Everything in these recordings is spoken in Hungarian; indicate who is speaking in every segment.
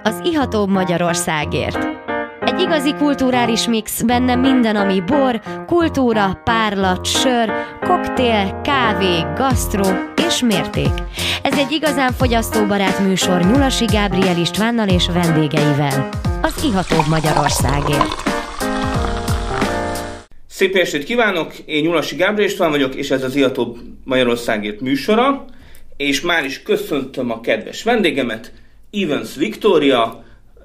Speaker 1: az ihatóbb Magyarországért. Egy igazi kulturális mix, benne minden, ami bor, kultúra, párlat, sör, koktél, kávé, gasztró és mérték. Ez egy igazán fogyasztóbarát műsor Nyulasi Gábriel Istvánnal és vendégeivel. Az ihatóbb Magyarországért.
Speaker 2: Szép estét kívánok! Én Nyulasi Gábriel István vagyok, és ez az ihatóbb Magyarországért műsora. És már is köszöntöm a kedves vendégemet, Evans Viktória,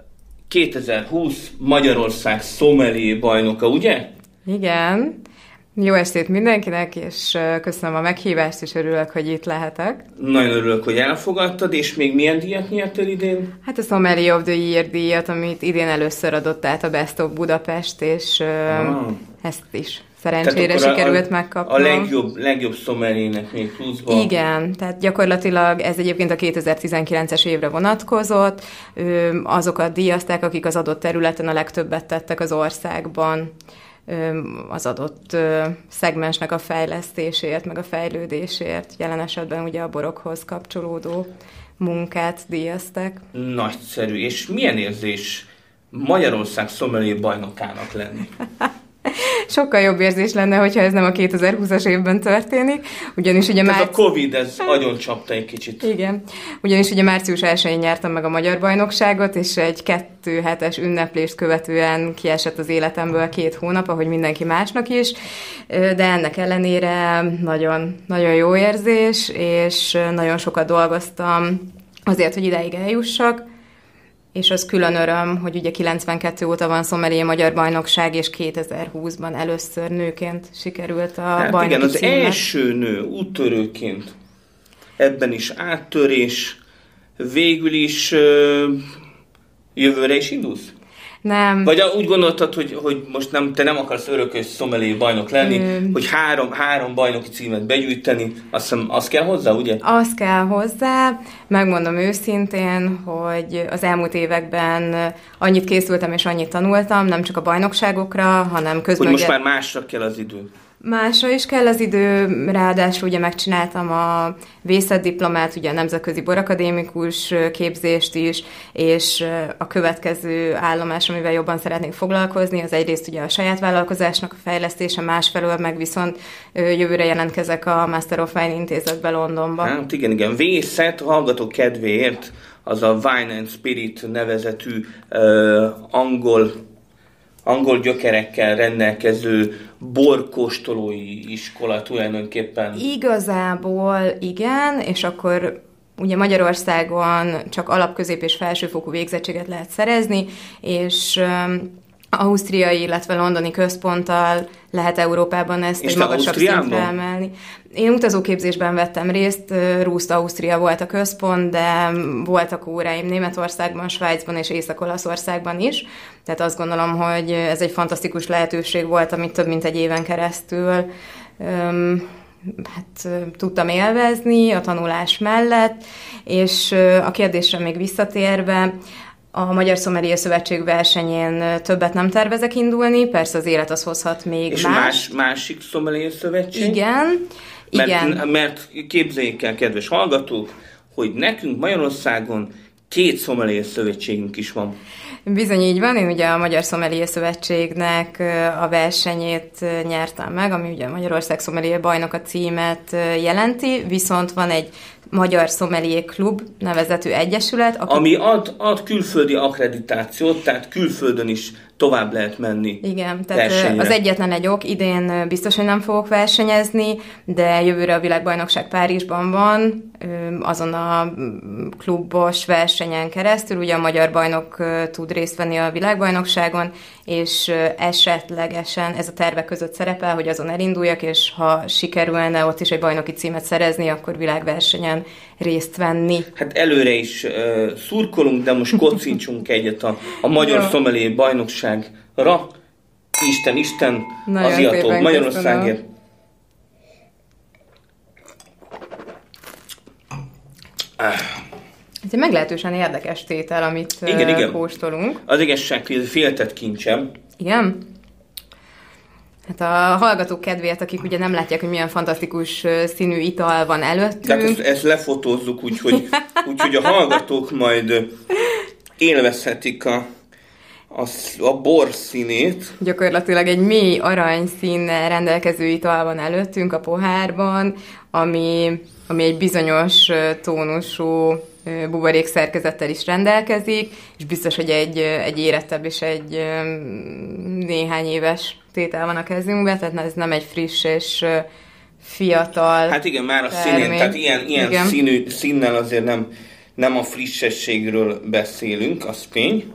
Speaker 2: 2020 Magyarország sommelier bajnoka, ugye?
Speaker 3: Igen. Jó estét mindenkinek, és köszönöm a meghívást, és örülök, hogy itt lehetek.
Speaker 2: Nagyon örülök, hogy elfogadtad, és még milyen díjat nyertél idén?
Speaker 3: Hát a Sommelier of the Year díjat, amit idén először adott át a Best of Budapest, és ezt is szerencsére sikerült megkapnom.
Speaker 2: A legjobb sommeliernek még pluszban.
Speaker 3: Igen, tehát gyakorlatilag ez egyébként a 2019-es évre vonatkozott. Azokat díjazták, akik az adott területen a legtöbbet tettek az országban az adott szegmensnek a fejlesztéséért, meg a fejlődésért. Jelen esetben ugye a borokhoz kapcsolódó munkát díjazták.
Speaker 2: Nagyszerű. És milyen érzés Magyarország sommelier bajnokának lenni?
Speaker 3: Sokkal jobb érzés lenne, hogyha ez nem a 2020-as évben történik, ugyanis ugye
Speaker 2: Ez a Covid, ez agyon csapta egy kicsit.
Speaker 3: Igen, ugyanis ugye március 1-én nyertem meg a magyar bajnokságot, és egy 2 hetes ünneplést követően kiesett az életemből 2 hónap, ahogy mindenki másnak is, de ennek ellenére nagyon, nagyon jó érzés, és nagyon sokat dolgoztam azért, hogy ideig eljussak. És az külön öröm, hogy ugye 92 óta van sommelier magyar bajnokság, és 2020-ban először nőként sikerült a bajnoki
Speaker 2: igen, az
Speaker 3: címet.
Speaker 2: első nő úttörőként ebben is áttörés, végül is jövőre is indulsz?
Speaker 3: Nem.
Speaker 2: Vagy úgy gondoltad, hogy most te nem akarsz örökös sommelier bajnok lenni, hogy három bajnoki címet begyűjteni, azt hiszem, az kell hozzá, ugye?
Speaker 3: Az kell hozzá. Megmondom őszintén, hogy az elmúlt években annyit készültem és annyit tanultam, nem csak a bajnokságokra, hanem közben...
Speaker 2: Hogy most már másra kell az idő.
Speaker 3: Másra is kell az idő, ráadásul ugye megcsináltam a vészetdiplomát, ugye a nemzetközi borakadémikus képzést is, és a következő állomás, amivel jobban szeretnék foglalkozni, az egyrészt ugye a saját vállalkozásnak a fejlesztése, másfelől meg viszont jövőre jelentkezek a Master of Wine intézetbe Londonba.
Speaker 2: Hát igen, vészet, a hallgatók kedvéért, az a Wine and Spirit nevezetű angol gyökerekkel rendelkező borkóstolói iskola tulajdonképpen.
Speaker 3: Igazából igen, és akkor ugye Magyarországon csak alap-közép és felsőfokú végzettséget lehet szerezni, és ausztriai, illetve londoni központtal lehet Európában ezt egy magasabb szintre emelni. Én utazóképzésben vettem részt, Rúszt, Ausztria volt a központ, de voltak óráim Németországban, Svájcban és Észak-Olaszországban is. Tehát azt gondolom, hogy ez egy fantasztikus lehetőség volt, amit több mint egy éven keresztül tudtam élvezni a tanulás mellett, és a kérdésre még visszatérve, a Magyar Sommelier Szövetség versenyén többet nem tervezek indulni, persze az élet az hozhat még
Speaker 2: és
Speaker 3: más.
Speaker 2: Másik Sommelier Szövetség?
Speaker 3: Igen.
Speaker 2: Mert képzeljék el, kedves hallgatók, hogy nekünk Magyarországon 2 Sommelier Szövetségünk is van.
Speaker 3: Bizony így van, én ugye a Magyar Sommelier Szövetségnek a versenyét nyertem meg, ami ugye a Magyarország Sommelier bajnoka címet jelenti, viszont van egy Magyar Sommelier Klub nevezetű egyesület.
Speaker 2: Ami ad külföldi akkreditációt, tehát külföldön is tovább lehet menni.
Speaker 3: Igen, tehát
Speaker 2: versenyre.
Speaker 3: Az egyetlen egy ok, idén biztos, hogy nem fogok versenyezni, de jövőre a világbajnokság Párizsban van, azon a klubos versenyen keresztül, ugye a magyar bajnok tud részt venni a világbajnokságon, és esetlegesen ez a tervek között szerepel, hogy azon elinduljak, és ha sikerülne ott is egy bajnoki címet szerezni, akkor világversenyen részt venni.
Speaker 2: Hát előre is szurkolunk, de most kocincsunk egyet a Magyar Sommelier bajnokságra. Isten, az ihatóbb Magyarországért.
Speaker 3: Ez egy meglehetősen érdekes tétel, amit kóstolunk.
Speaker 2: Az igazság, hogy ez féltett kincsem.
Speaker 3: Igen? Hát a hallgatók kedvéért, akik ugye nem látják, hogy milyen fantasztikus színű ital van előttünk.
Speaker 2: Tehát ezt lefotózzuk, úgyhogy a hallgatók majd élvezhetik a bor színét.
Speaker 3: Gyakorlatilag egy mély aranyszínnel rendelkező ital van előttünk a pohárban, ami egy bizonyos tónusú buborék szerkezettel is rendelkezik, és biztos, hogy egy érettebb és egy néhány éves tétel van a kezünkben, tehát ez nem egy friss és fiatal.
Speaker 2: Hát igen, már a színén, tehát ilyen színnel azért nem a frissességről beszélünk, az tény.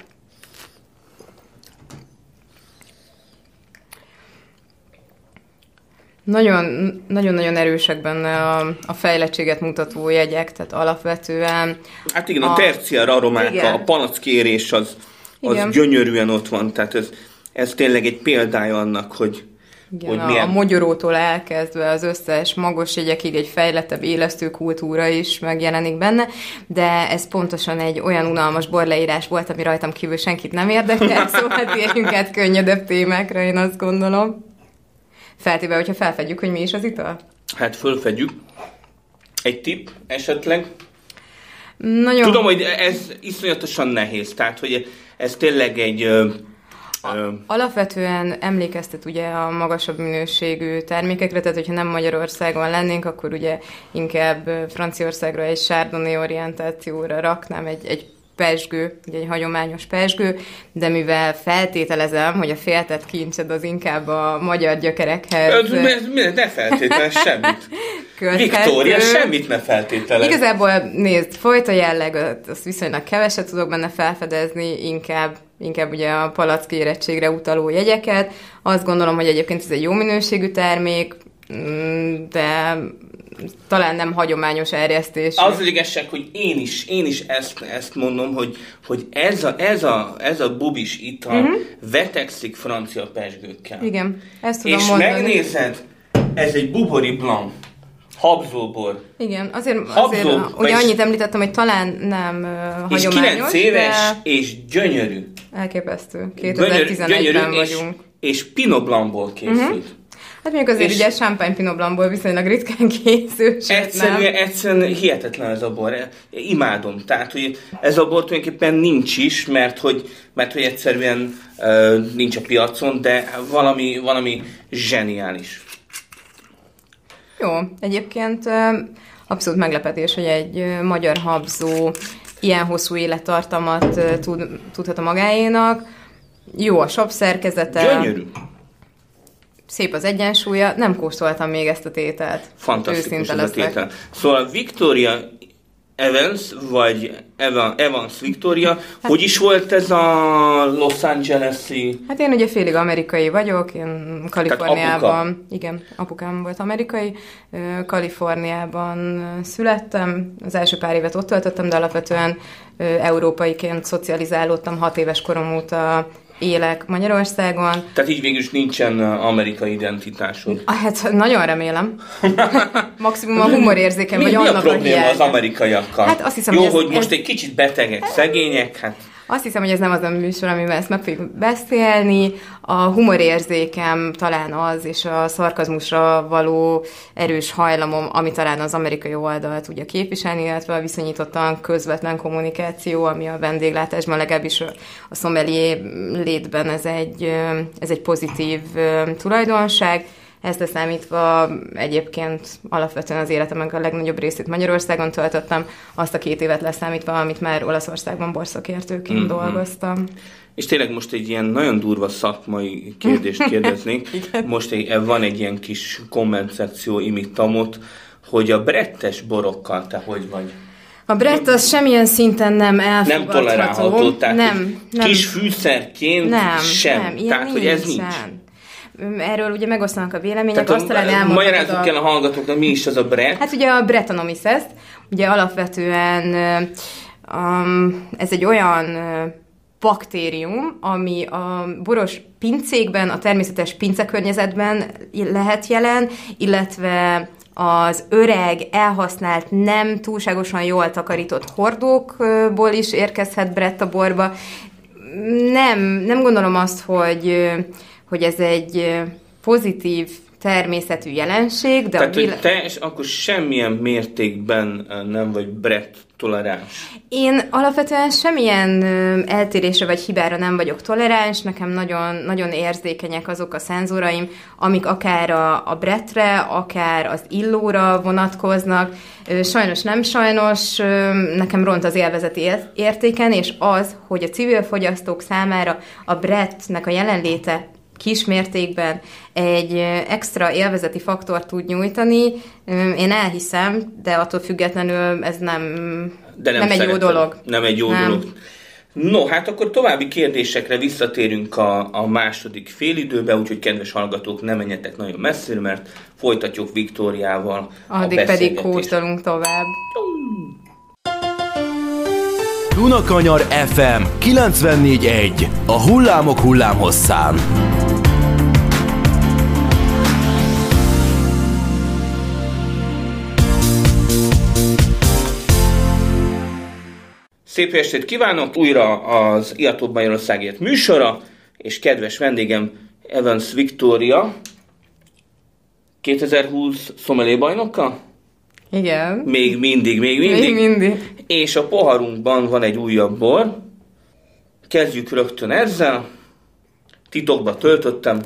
Speaker 2: Nagyon-nagyon erősek benne a fejlettséget mutató jegyek, tehát alapvetően... Hát igen, a terciár aromáka, a palackérés az gyönyörűen ott van, tehát ez tényleg egy példája annak, hogy milyen...
Speaker 3: A mogyorótól elkezdve az összes magos jegyekig egy fejlettebb élesztő kultúra is megjelenik benne, de ez pontosan egy olyan unalmas borleírás volt, ami rajtam kívül senkit nem érdekel, szóval térjünk át könnyedebb témákra, én azt gondolom. Feltéve, hogyha felfedjük, hogy mi is az ital? Hát
Speaker 2: fölfedjük. Egy tipp esetleg?
Speaker 3: Nagyon...
Speaker 2: Tudom, hogy ez iszonyatosan nehéz, tehát hogy ez tényleg egy...
Speaker 3: Alapvetően emlékeztet ugye a magasabb minőségű termékekre, tehát hogyha nem Magyarországon lennénk, akkor ugye inkább Franciaországra egy chardonnay orientációra raknám egy pezsgő, ugye egy hagyományos pezsgő, de mivel feltételezem, hogy a féltett kincsed az inkább a magyar gyökerekhez...
Speaker 2: Ne feltételez semmit. Viktória, semmit ne feltételez.
Speaker 3: Igazából nézd, folyta jelleg, azt viszonylag keveset tudok benne felfedezni, inkább ugye a palack érettségre utaló jegyeket. Azt gondolom, hogy egyébként ez egy jó minőségű termék, de talán nem hagyományos erjesztés.
Speaker 2: Az igazság, hogy én is ezt mondom, hogy ez a bubis ital vetekszik francia pezsgőkkel.
Speaker 3: Igen, ezt tudom mondani.
Speaker 2: És megnézed, ez egy bubori blanc. Habzóbor.
Speaker 3: Igen, azért ugye annyit említettem, hogy talán nem hagyományos, és
Speaker 2: 9 éves, és gyönyörű.
Speaker 3: Elképesztő. 2011-ben vagyunk.
Speaker 2: És Pinot Blancból készült.
Speaker 3: Hát mondjuk azért ugye Champagne Pinot Blancból viszonylag ritkán készül.
Speaker 2: Egyszerűen hihetetlen ez a bor. Imádom. Tehát, hogy ez a bor tulajdonképpen nincs is, mert hogy egyszerűen nincs a piacon, de valami zseniális.
Speaker 3: Jó, egyébként abszolút meglepetés, hogy egy magyar habzó ilyen hosszú élettartamat tudhat a magáénak. Jó a sav szerkezete.
Speaker 2: Gyönyörű.
Speaker 3: Szép az egyensúlya. Nem kóstoltam még ezt a tételt.
Speaker 2: Fantasztikus ez a tétel. Szóval Victoria Evans, vagy Evans Victoria, hogy is volt ez a Los Angeles-i?
Speaker 3: Hát én ugye félig amerikai vagyok, én Kaliforniában, igen, apukám volt amerikai, Kaliforniában születtem, az első pár évet ott töltöttem, de alapvetően európaiként szocializálódtam, 6 éves korom óta élek Magyarországon.
Speaker 2: Tehát így végül is nincsen amerikai identitásod.
Speaker 3: Hát nagyon remélem. Maximum a humorérzékem, vagy
Speaker 2: annak a
Speaker 3: hiánya.
Speaker 2: Mi a probléma az amerikaiakkal?
Speaker 3: Hát azt hiszem,
Speaker 2: jó, hogy most egy kicsit betegek, szegények, hát...
Speaker 3: Azt hiszem, hogy ez nem az a műsor, amivel ezt meg fogjuk beszélni. A humorérzékem talán az, és a szarkazmusra való erős hajlamom, ami talán az amerikai oldalt tudja képviselni, illetve a viszonyítottan közvetlen kommunikáció, ami a vendéglátásban, legalábbis a sommelier létben ez egy pozitív tulajdonság. Ezt leszámítva egyébként alapvetően az életemnek a legnagyobb részét Magyarországon töltöttem, azt a 2 évet leszámítva, amit már Olaszországban borszakértőként dolgoztam.
Speaker 2: És tényleg most egy ilyen nagyon durva szakmai kérdést kérdeznék. Most van egy ilyen kis kommentszekció imittamot, hogy a brettes borokkal te hogy vagy?
Speaker 3: A brett az semmilyen szinten nem elfogadható.
Speaker 2: Nem tolerálható, tehát
Speaker 3: nem.
Speaker 2: Kis fűszerként sem.
Speaker 3: Nem,
Speaker 2: tehát, hogy ez nincs.
Speaker 3: Erről ugye megosztanak a vélemények, azt talán elmondhatod.
Speaker 2: Magyarázzuk kell a hallgatóknak, mi is az a brett?
Speaker 3: Hát ugye a Brettanomyces, ugye alapvetően ez egy olyan baktérium, ami a boros pincékben, a természetes pincekörnyezetben lehet jelen, illetve az öreg, elhasznált, nem túlságosan jól takarított hordókból is érkezhet brett a borba. Nem gondolom azt, hogy ez egy pozitív természetű jelenség. De
Speaker 2: tehát, hogy te akkor semmilyen mértékben nem vagy brett toleráns?
Speaker 3: Én alapvetően semmilyen eltérésre vagy hibára nem vagyok toleráns, nekem nagyon, nagyon érzékenyek azok a szenzóraim, amik akár a Brettre, akár az illóra vonatkoznak. Sajnos nem sajnos, nekem ront az élvezeti értéken, és az, hogy a civil fogyasztók számára a Brettnek a jelenléte kismértékben egy extra élvezeti faktort tud nyújtani. Én elhiszem, de attól függetlenül ez nem egy jó dolog.
Speaker 2: Nem egy jó dolog. No, hát akkor további kérdésekre visszatérünk a második félidőbe, úgyhogy kedves hallgatók, ne menjetek nagyon messzire, mert folytatjuk Viktóriával
Speaker 3: addig
Speaker 2: a
Speaker 3: pedig kóstolunk tovább.
Speaker 4: Dunakanyar FM 94.1. A hullámok hullámhosszán.
Speaker 2: Szép estét kívánok! Újra az Iatóbb Magyarországért műsora, és kedves vendégem Evans Viktória, 2020 sommelier bajnoka?
Speaker 3: Igen.
Speaker 2: Még mindig. És a poharunkban van egy újabb bor. Kezdjük rögtön ezzel. Titokba töltöttem.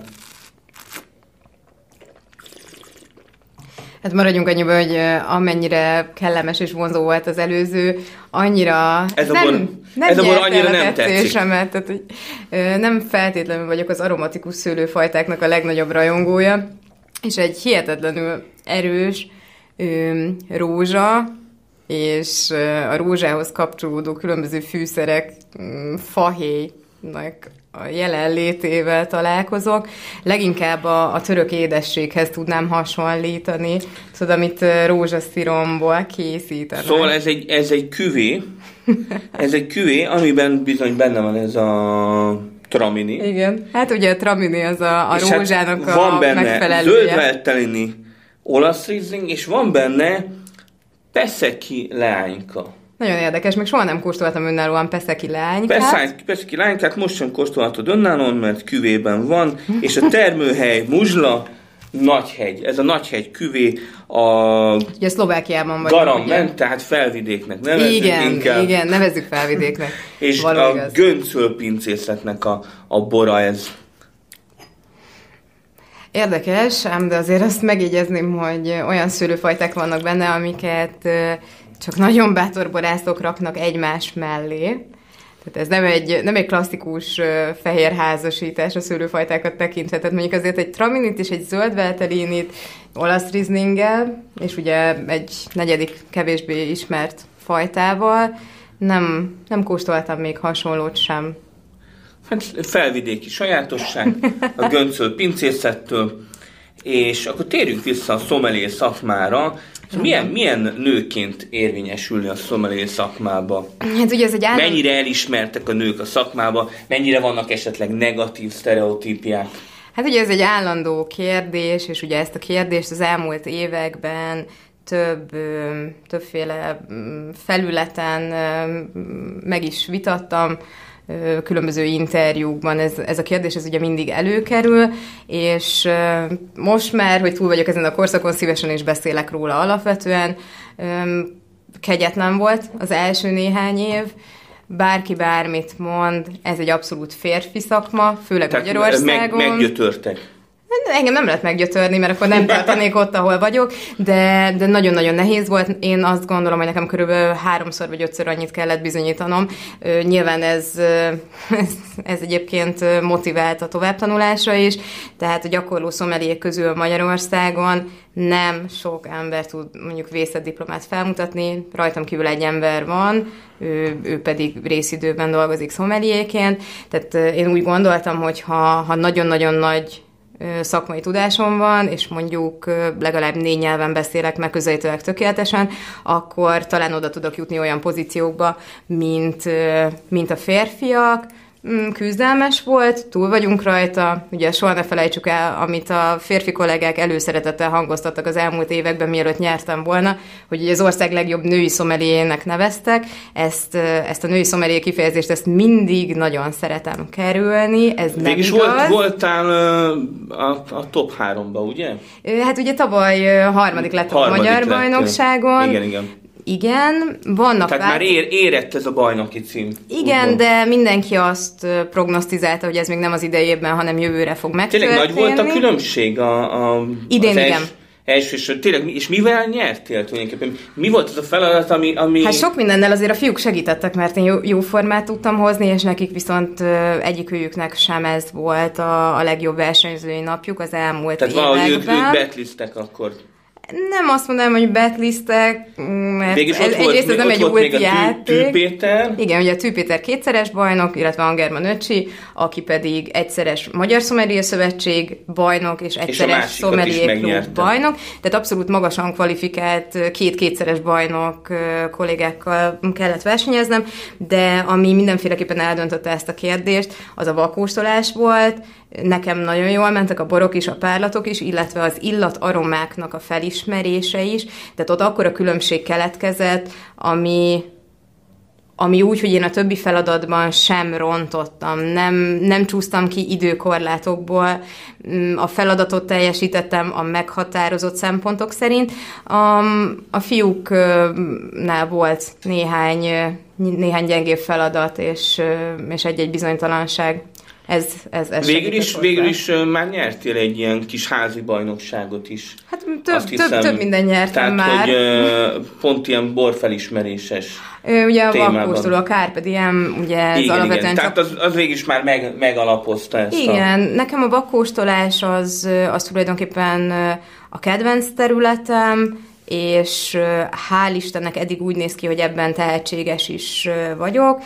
Speaker 3: Hát maradjunk annyiba, hogy amennyire kellemes és vonzó volt az előző, annyira
Speaker 2: ez a bor annyira nem tetszik.
Speaker 3: Tehát, hogy nem feltétlenül vagyok az aromatikus szőlőfajtáknak a legnagyobb rajongója, és egy hihetetlenül erős rózsa, és a rózsához kapcsolódó különböző fűszerek, fahéjnak a jelenlétével találkozok. Leginkább a török édességhez tudnám hasonlítani, tudod, amit rózsasziromból készítenek.
Speaker 2: Szóval ez egy küvé, amiben bizony benne van ez a tramini.
Speaker 3: Igen, hát ugye a tramini az a rózsának
Speaker 2: hát van benne
Speaker 3: megfelelője.
Speaker 2: Zöld Veltlini olasz Riesling, és van benne Peseki leányka.
Speaker 3: Nagyon érdekes, még soha nem kóstoltam önállóan Peseki leánykát.
Speaker 2: Peseki leánykát most sem kóstolhatod önállóan, mert küvében van, és a termőhely Muzsla, Nagyhegy. Ez a Nagyhegy küvé
Speaker 3: ugye Szlovákiában vagyunk.
Speaker 2: Garamment, tehát felvidéknek nevezzük inkább.
Speaker 3: Igen, nevezzük felvidéknek.
Speaker 2: És a Göncöl pincészetnek a bora ez.
Speaker 3: Érdekes, ám de azért azt megjegyezném, hogy olyan szőlőfajták vannak benne, amiket csak nagyon bátor borászok raknak egymás mellé. Tehát ez nem egy klasszikus fehér házasítás a szőlőfajtákat tekintve. Tehát mondjuk azért egy traminit és egy zöld veltelinit olasz Rieslinggel, és ugye egy negyedik kevésbé ismert fajtával nem kóstoltam még hasonlót sem.
Speaker 2: Hát felvidéki sajátosság a Göncöl pincészettől, és akkor térjünk vissza a sommelier szakmára. Milyen nőként érvényesülni a sommelier szakmába?
Speaker 3: Hát ugye ez egy
Speaker 2: mennyire elismertek a nők a szakmába? Mennyire vannak esetleg negatív sztereotípiák?
Speaker 3: Hát ugye ez egy állandó kérdés, és ugye ezt a kérdést az elmúlt években többféle felületen meg is vitattam, különböző interjúkban ez a kérdés ez ugye mindig előkerül, és most már, hogy túl vagyok ezen a korszakon, szívesen is beszélek róla alapvetően. Kegyetlen volt az első néhány év, bárki bármit mond, ez egy abszolút férfi szakma, főleg tehát Magyarországon.
Speaker 2: Meggyötörtek.
Speaker 3: Engem nem lehet meggyötörni, mert akkor nem tartanék ott, ahol vagyok, de nagyon-nagyon nehéz volt. Én azt gondolom, hogy nekem körülbelül 3-szor vagy 5-ször annyit kellett bizonyítanom. Nyilván ez egyébként motivált a továbbtanulásra is, tehát a gyakorló szomeliék közül Magyarországon nem sok ember tud mondjuk vészett diplomát felmutatni, rajtam kívül egy ember van, ő pedig részidőben dolgozik szomeliéként, tehát én úgy gondoltam, hogy ha nagyon-nagyon nagy szakmai tudásom van, és mondjuk legalább 4 nyelven beszélek megközelítőleg tökéletesen, akkor talán oda tudok jutni olyan pozíciókba, mint a férfiak. Küzdelmes volt, túl vagyunk rajta, ugye soha ne felejtsük el, amit a férfi kollégák előszeretettel hangoztattak az elmúlt években, mielőtt nyertem volna, hogy az ország legjobb női szomeliének neveztek, ezt a női szomelié kifejezést, ezt mindig nagyon szeretem kerülni, ez nem igaz.
Speaker 2: Voltál a top 3-ba, ugye?
Speaker 3: Hát ugye tavaly harmadik lettem a magyar bajnokságon.
Speaker 2: Igen.
Speaker 3: Igen, vannak
Speaker 2: Tehát már érett ez a bajnoki cím.
Speaker 3: Igen, úgymond. De mindenki azt prognosztizálta, hogy ez még nem az idejében, hanem jövőre fog megtörténni.
Speaker 2: Tényleg nagy volt a különbség
Speaker 3: idén, igen.
Speaker 2: Első, tényleg, és mivel nyertél tulajdonképpen? Mi volt az a feladat, ami...
Speaker 3: Hát sok mindennel azért a fiúk segítettek, mert én jó formát tudtam hozni, és nekik viszont egyikőjüknek sem ez volt a legjobb versenyzői napjuk az elmúlt években.
Speaker 2: Tehát valahogy ők betlisztek akkor.
Speaker 3: Nem azt mondanám, hogy betlisztek, mert egyrészt ez nem egy új játék.
Speaker 2: Tű Péter.
Speaker 3: Igen, ugye a Tű Péter 2-szeres bajnok, illetve Angerman öcsi, aki pedig egyszeres Magyar Sommelier Szövetség bajnok, és egyszeres Sommelier Klub bajnok. Tehát abszolút magasan kvalifikált kétszeres bajnok kollégákkal kellett versenyeznem, de ami mindenféleképpen eldöntötte ezt a kérdést, az a vakóstolás volt. Nekem nagyon jól mentek a borok is, a párlatok is, illetve az illataromáknak a felismerése is, tehát ott akkora különbség keletkezett, ami úgy, hogy én a többi feladatban sem rontottam, nem csúsztam ki időkorlátokból, a feladatot teljesítettem a meghatározott szempontok szerint. A fiúknál volt néhány gyengébb feladat, és egy-egy bizonytalanság. Ez
Speaker 2: végül is már nyertél egy ilyen kis házi bajnokságot is.
Speaker 3: Hát több minden nyertem már.
Speaker 2: Tehát, hogy pont ilyen borfelismeréses
Speaker 3: ugye a
Speaker 2: témában.
Speaker 3: Vakkóstoló, a Carpe Diem, ugye ez
Speaker 2: igen,
Speaker 3: alapvetően
Speaker 2: igen. Tehát az végül is már megalapozta ezt.
Speaker 3: Igen, nekem a vakkóstolás az tulajdonképpen a kedvenc területem, és hál' Istennek eddig úgy néz ki, hogy ebben tehetséges is vagyok.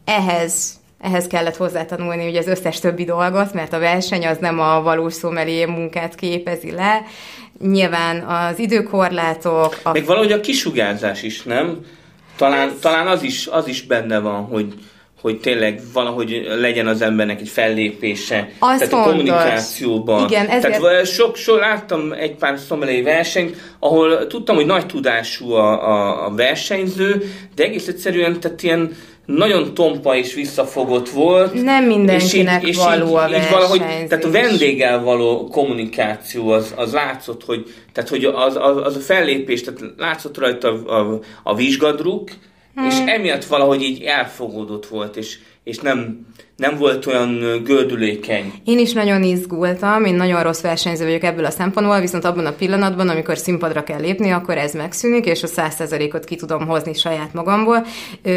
Speaker 3: Ehhez kellett hozzátanulni ugye az összes többi dolgot, mert a verseny az nem a valós sommelier munkát képezi le. Nyilván az időkorlátok...
Speaker 2: Meg valahogy a kisugárzás is, nem? Talán az is benne van, hogy tényleg valahogy legyen az embernek egy fellépése. Tehát a kommunikációban.
Speaker 3: Igen, ezért...
Speaker 2: Tehát sok láttam egy pár sommelier versenyt, ahol tudtam, hogy nagy tudású a versenyző, de egész egyszerűen tehát ilyen nagyon tompa és visszafogott volt.
Speaker 3: Nem mindenkinek való a versenyzés.
Speaker 2: Tehát a vendéggel való kommunikáció az látszott, hogy az a fellépés, tehát látszott rajta a vizsgadruk, és emiatt valahogy így elfogódott volt, és nem volt olyan gördülékeny.
Speaker 3: Én is nagyon izgultam, én nagyon rossz versenyző vagyok ebből a szempontból, viszont abban a pillanatban, amikor színpadra kell lépni, akkor ez megszűnik, és a 100%-ot ki tudom hozni saját magamból.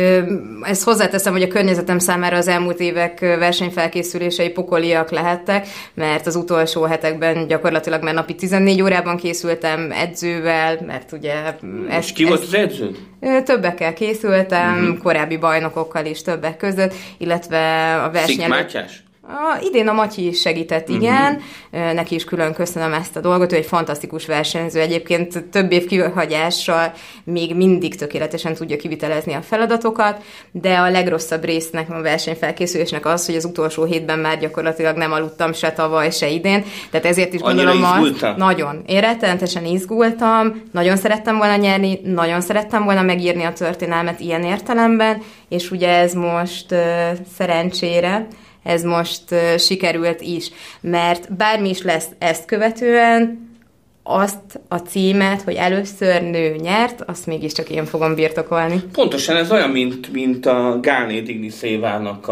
Speaker 3: Ezt hozzáteszem, hogy a környezetem számára az elmúlt évek versenyfelkészülései pokoliak lehettek, mert az utolsó hetekben gyakorlatilag már napi 14 órában készültem edzővel, mert ugye...
Speaker 2: És ki volt az edző?
Speaker 3: Többekkel készültem, korábbi bajnokokkal is többek között, illetve a verseny előtt. Idén a Matyi is segített, igen. Neki is külön köszönöm ezt a dolgot, ő egy fantasztikus versenyző. Egyébként több év kihagyással még mindig tökéletesen tudja kivitelezni a feladatokat, de a legrosszabb résznek a versenyfelkészülésnek az, hogy az utolsó hétben már gyakorlatilag nem aludtam se tavaly, se idén. Tehát ezért is gondolom nagyon. Én rettenetesen izgultam, nagyon szerettem volna nyerni, nagyon szerettem volna megírni a történelmet ilyen értelemben, és ugye ez most szerencsére ez most sikerült is, mert bármi is lesz ezt követően, azt a címet, hogy először nő nyert, azt mégiscsak én fogom birtokolni.
Speaker 2: Pontosan ez olyan, mint a Gálné Digniszévának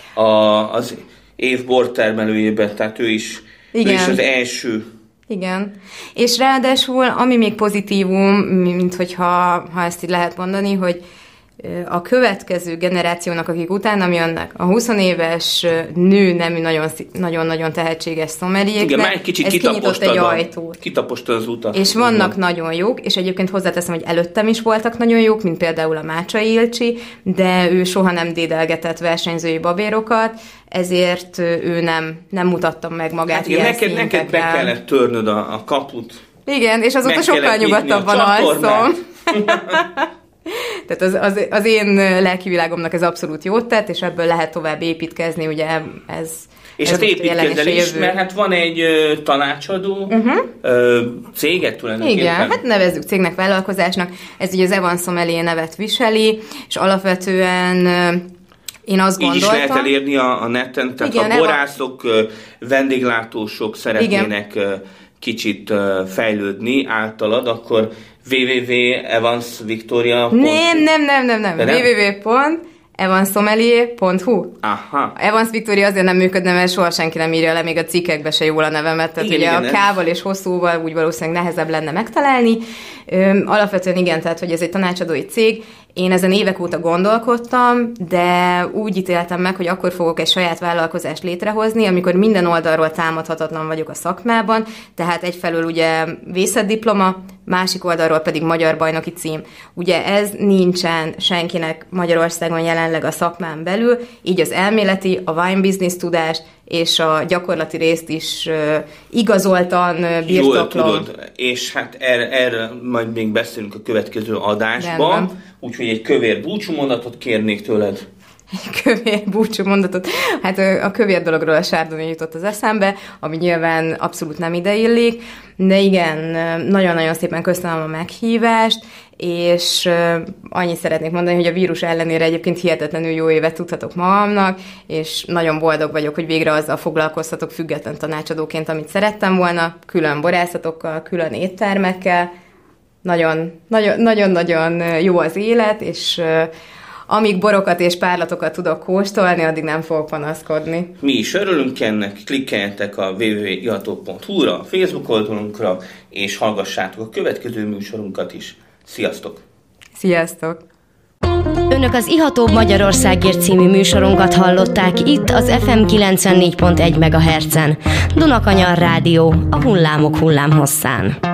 Speaker 2: az év bortermelőjében, tehát ő is az első.
Speaker 3: Igen. És ráadásul, ami még pozitívum, mint hogyha ezt így lehet mondani, hogy a következő generációnak, akik utánam jönnek, a 20 éves nő nemű nagyon-nagyon tehetséges szomeliéknek,
Speaker 2: igen, már egy kicsit
Speaker 3: kinyitott egy ajtót.
Speaker 2: Kitapostad az utat.
Speaker 3: És vannak nagyon jók, és egyébként hozzáteszem, hogy előttem is voltak nagyon jók, mint például a Mácsai Ilcsi, de ő soha nem dédelgetett versenyzői babérokat, ezért ő nem mutatta meg magát hát ilyen szinteken.
Speaker 2: Neked be kellett törnöd a kaput.
Speaker 3: Igen, és azóta sokkal nyugodtabban alszom. Tehát az én lelki világomnak ez abszolút jót tett, és ebből lehet tovább építkezni, ugye ez...
Speaker 2: És hát építkezel is, mert hát van egy tanácsadó céget tulajdonképpen.
Speaker 3: Igen, hát nevezzük cégnek, vállalkozásnak. Ez ugye az Evan Sommelier nevet viseli, és alapvetően én azt gondoltam...
Speaker 2: Így is lehet elérni a neten, tehát igen, ha borászok, vendéglátósok szeretnének kicsit fejlődni általad, akkor www.evansvictoria.hu.
Speaker 3: Nem. www.evansommelier.hu.
Speaker 2: Aha.
Speaker 3: Evans Victoria azért nem működne, mert soha senki nem írja le, még a cikkekbe se jól a nevemet, tehát igen, ugye a K-val és hosszúval úgy valószínűleg nehezebb lenne megtalálni. Alapvetően igen, tehát hogy ez egy tanácsadói cég. Én ezen évek óta gondolkodtam, de úgy ítéltem meg, hogy akkor fogok egy saját vállalkozást létrehozni, amikor minden oldalról támadhatatlan vagyok a szakmában, tehát egyfelől ugye vészetdiploma, másik oldalról pedig magyar bajnoki cím. Ugye ez nincsen senkinek Magyarországon jelenleg a szakmán belül, így az elméleti, a wine business tudást és a gyakorlati részt is igazoltan birtoklom.
Speaker 2: Jól tudod, és hát erre majd még beszélünk a következő adásban, úgyhogy egy kövér búcsúmondatot kérnék tőled.
Speaker 3: Egy kövér búcsúmondatot? Hát a kövér dologról a Chardonnay jutott az eszembe, ami nyilván abszolút nem ideillik, de igen, nagyon-nagyon szépen köszönöm a meghívást, és annyit szeretnék mondani, hogy a vírus ellenére egyébként hihetetlenül jó évet tudhatok magamnak, és nagyon boldog vagyok, hogy végre azzal foglalkozhatok független tanácsadóként, amit szerettem volna, külön borászatokkal, külön éttermekkel. Nagyon-nagyon jó az élet, és amíg borokat és párlatokat tudok kóstolni, addig nem fogok panaszkodni.
Speaker 2: Mi is örülünk ennek, klikkeljetek a www.iható.hu-ra, a Facebook oldalunkra, és hallgassátok a következő műsorunkat is. Sziasztok!
Speaker 3: Sziasztok!
Speaker 1: Önök az Iható Magyarországért című műsorunkat hallották itt az FM 94.1 MHz-en. Dunakanyar Rádió, a hullámok hullámhosszán.